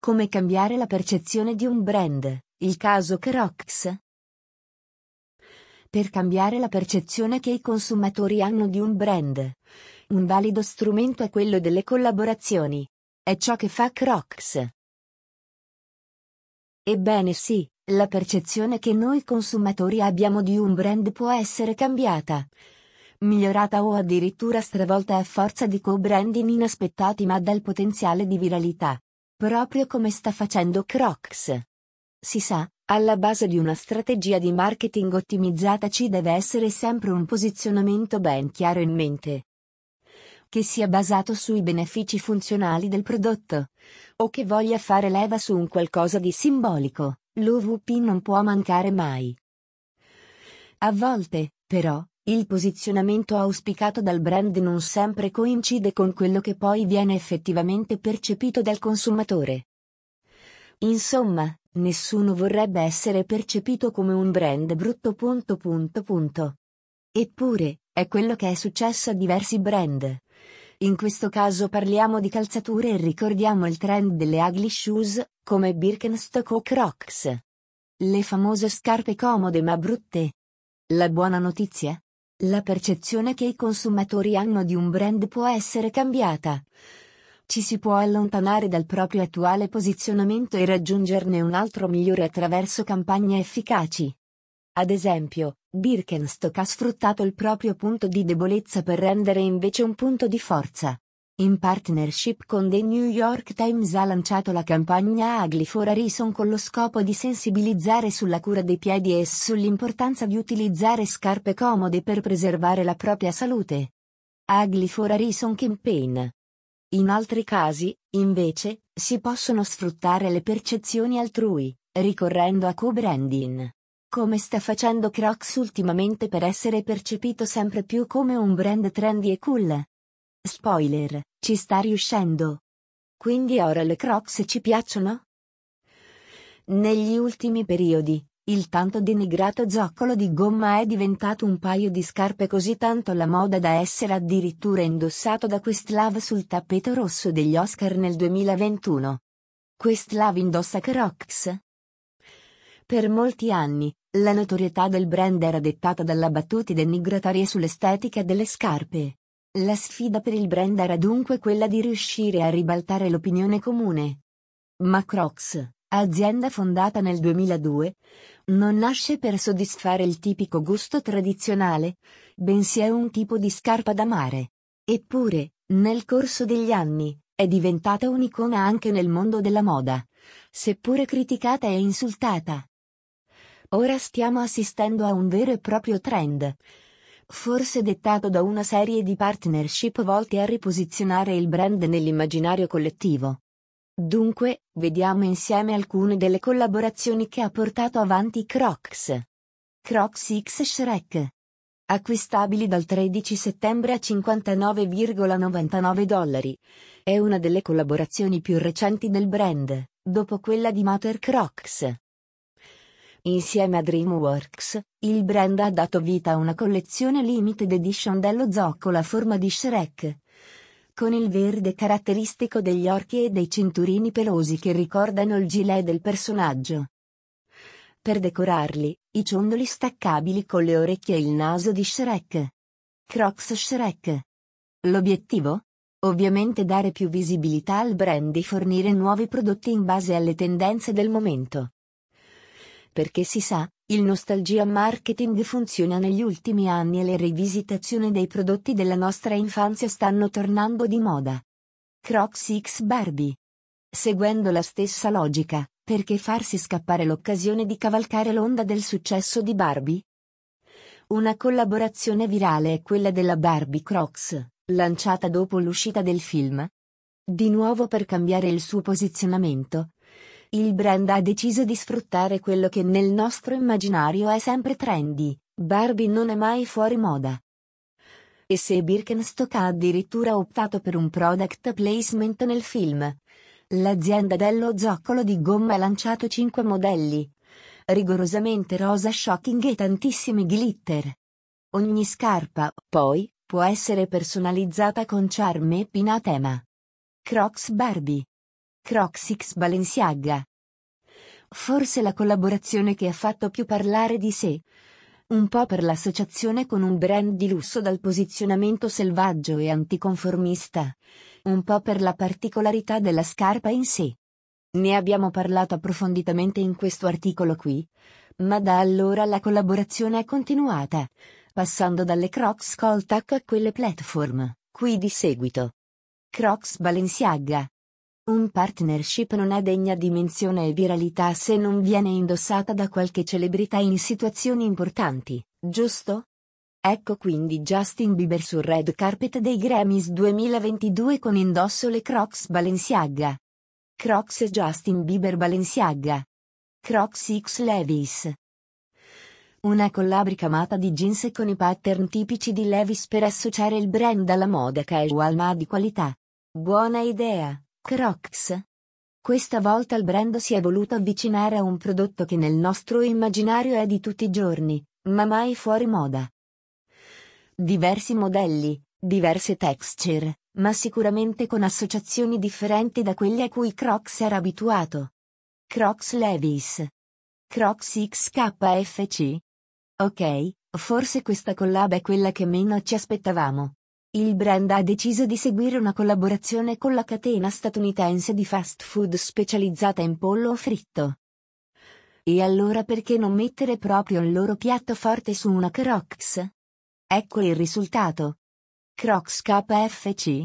Come cambiare la percezione di un brand, il caso Crocs. Per cambiare la percezione che i consumatori hanno di un brand, un valido strumento è quello delle collaborazioni. È ciò che fa Crocs. Ebbene sì, la percezione che noi consumatori abbiamo di un brand può essere cambiata, migliorata o addirittura stravolta a forza di co-branding inaspettati ma dal potenziale di viralità. Proprio come sta facendo Crocs. Si sa, alla base di una strategia di marketing ottimizzata ci deve essere sempre un posizionamento ben chiaro in mente. Che sia basato sui benefici funzionali del prodotto, o che voglia fare leva su un qualcosa di simbolico, l'OVP non può mancare mai. A volte, però, il posizionamento auspicato dal brand non sempre coincide con quello che poi viene effettivamente percepito dal consumatore. Insomma, nessuno vorrebbe essere percepito come un brand brutto. Eppure, è quello che è successo a diversi brand. In questo caso parliamo di calzature e ricordiamo il trend delle ugly shoes, come Birkenstock o Crocs. Le famose scarpe comode ma brutte. La buona notizia? La percezione che i consumatori hanno di un brand può essere cambiata. Ci si può allontanare dal proprio attuale posizionamento e raggiungerne un altro migliore attraverso campagne efficaci. Ad esempio, Birkenstock ha sfruttato il proprio punto di debolezza per rendere invece un punto di forza. In partnership con The New York Times ha lanciato la campagna Ugly for a Reason con lo scopo di sensibilizzare sulla cura dei piedi e sull'importanza di utilizzare scarpe comode per preservare la propria salute. Ugly for a Reason Campaign. In altri casi, invece, si possono sfruttare le percezioni altrui, ricorrendo a co-branding. Come sta facendo Crocs ultimamente per essere percepito sempre più come un brand trendy e cool. Spoiler, ci sta riuscendo. Quindi ora le Crocs ci piacciono? Negli ultimi periodi, il tanto denigrato zoccolo di gomma è diventato un paio di scarpe così tanto alla moda da essere addirittura indossato da Questlove sul tappeto rosso degli Oscar nel 2021. Questlove indossa Crocs? Per molti anni, la notorietà del brand era dettata dalla battute denigratorie sull'estetica delle scarpe. La sfida per il brand era dunque quella di riuscire a ribaltare l'opinione comune. Ma Crocs, azienda fondata nel 2002, non nasce per soddisfare il tipico gusto tradizionale, bensì è un tipo di scarpa da mare. Eppure, nel corso degli anni, è diventata un'icona anche nel mondo della moda, seppure criticata e insultata. Ora stiamo assistendo a un vero e proprio trend, forse dettato da una serie di partnership volte a riposizionare il brand nell'immaginario collettivo. Dunque, vediamo insieme alcune delle collaborazioni che ha portato avanti Crocs. Crocs X Shrek. Acquistabili dal 13 settembre a $59,99. È una delle collaborazioni più recenti del brand, dopo quella di Mater Crocs. Insieme a DreamWorks, il brand ha dato vita a una collezione limited edition dello zoccolo a forma di Shrek, con il verde caratteristico degli orchi e dei cinturini pelosi che ricordano il gilet del personaggio. Per decorarli, i ciondoli staccabili con le orecchie e il naso di Shrek. Crocs Shrek. L'obiettivo? Ovviamente dare più visibilità al brand e fornire nuovi prodotti in base alle tendenze del momento. Perché si sa, il nostalgia marketing funziona negli ultimi anni e le rivisitazioni dei prodotti della nostra infanzia stanno tornando di moda. Crocs X Barbie. Seguendo la stessa logica, perché farsi scappare l'occasione di cavalcare l'onda del successo di Barbie? Una collaborazione virale è quella della Barbie Crocs, lanciata dopo l'uscita del film. Di nuovo per cambiare il suo posizionamento, il brand ha deciso di sfruttare quello che nel nostro immaginario è sempre trendy: Barbie non è mai fuori moda. E se Birkenstock ha addirittura optato per un product placement nel film, l'azienda dello zoccolo di gomma ha lanciato 5 modelli, rigorosamente rosa shocking e tantissimi glitter. Ogni scarpa, poi, può essere personalizzata con charme e pin a tema. Crocs Barbie. Crocs x Balenciaga. Forse la collaborazione che ha fatto più parlare di sé. Un po' per l'associazione con un brand di lusso dal posizionamento selvaggio e anticonformista. Un po' per la particolarità della scarpa in sé. Ne abbiamo parlato approfonditamente in questo articolo qui, ma da allora la collaborazione è continuata, passando dalle Crocs Coltac a quelle Platform, qui di seguito. Crocs Balenciaga. Un partnership non è degna di menzione e viralità se non viene indossata da qualche celebrità in situazioni importanti, giusto? Ecco quindi Justin Bieber sul red carpet dei Grammys 2022 con indosso le Crocs Balenciaga. Crocs e Justin Bieber Balenciaga. Crocs x Levi's. Una collab ricamata di jeans con i pattern tipici di Levi's per associare il brand alla moda casual ma di qualità. Buona idea, Crocs. Questa volta il brand si è voluto avvicinare a un prodotto che nel nostro immaginario è di tutti i giorni, ma mai fuori moda. Diversi modelli, diverse texture, ma sicuramente con associazioni differenti da quelle a cui Crocs era abituato. Crocs Levi's. Crocs XKFC. Ok, forse questa collab è quella che meno ci aspettavamo. Il brand ha deciso di seguire una collaborazione con la catena statunitense di fast food specializzata in pollo fritto. E allora perché non mettere proprio il loro piatto forte su una Crocs? Ecco il risultato. Crocs KFC.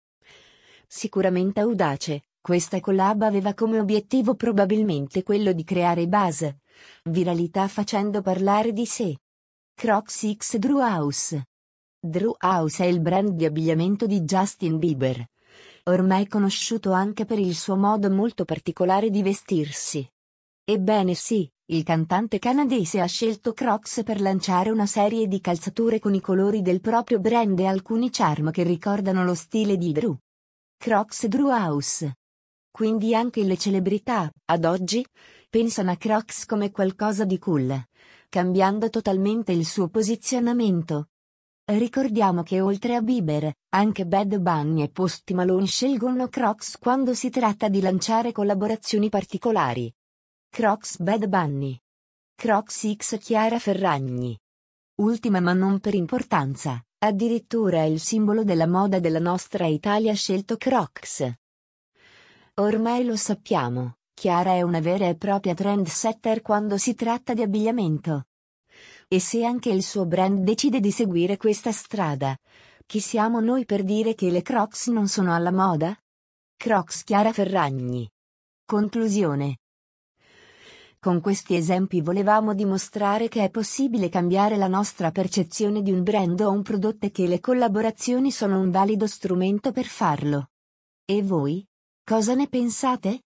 Sicuramente audace, questa collab aveva come obiettivo probabilmente quello di creare buzz, viralità facendo parlare di sé. Crocs x Drew House. Drew House è il brand di abbigliamento di Justin Bieber. Ormai conosciuto anche per il suo modo molto particolare di vestirsi. Ebbene sì, il cantante canadese ha scelto Crocs per lanciare una serie di calzature con i colori del proprio brand e alcuni charm che ricordano lo stile di Drew. Crocs Drew House. Quindi anche le celebrità, ad oggi, pensano a Crocs come qualcosa di cool, cambiando totalmente il suo posizionamento. Ricordiamo che oltre a Bieber, anche Bad Bunny e Post Malone scelgono Crocs quando si tratta di lanciare collaborazioni particolari. Crocs Bad Bunny. Crocs x Chiara Ferragni. Ultima ma non per importanza, addirittura il simbolo della moda della nostra Italia ha scelto Crocs. Ormai lo sappiamo, Chiara è una vera e propria trendsetter quando si tratta di abbigliamento. E se anche il suo brand decide di seguire questa strada, chi siamo noi per dire che le Crocs non sono alla moda? Crocs Chiara Ferragni. Conclusione. Con questi esempi volevamo dimostrare che è possibile cambiare la nostra percezione di un brand o un prodotto e che le collaborazioni sono un valido strumento per farlo. E voi? Cosa ne pensate?